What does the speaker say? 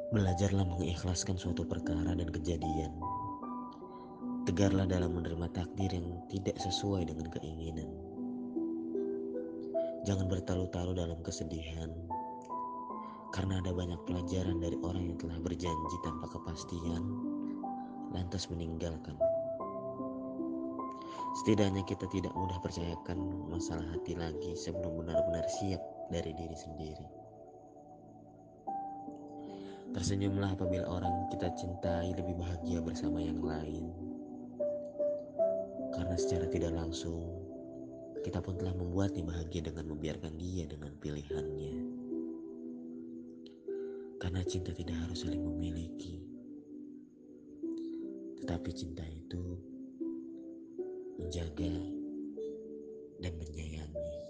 Belajarlah mengikhlaskan suatu perkara dan kejadian. Tegarlah dalam menerima takdir yang tidak sesuai dengan keinginan. Jangan bertalu-talu dalam kesedihan, karena ada banyak pelajaran dari orang yang telah berjanji tanpa kepastian, lantas meninggalkan. Setidaknya kita tidak mudah percayakan masalah hati lagi sebelum benar-benar siap dari diri sendiri. Tersenyumlah apabila orang kita cintai lebih bahagia bersama yang lain, karena secara tidak langsung kita pun telah membuatnya bahagia dengan membiarkan dia dengan pilihannya. Karena cinta tidak harus saling memiliki, tetapi cinta itu menjaga dan menyayangi.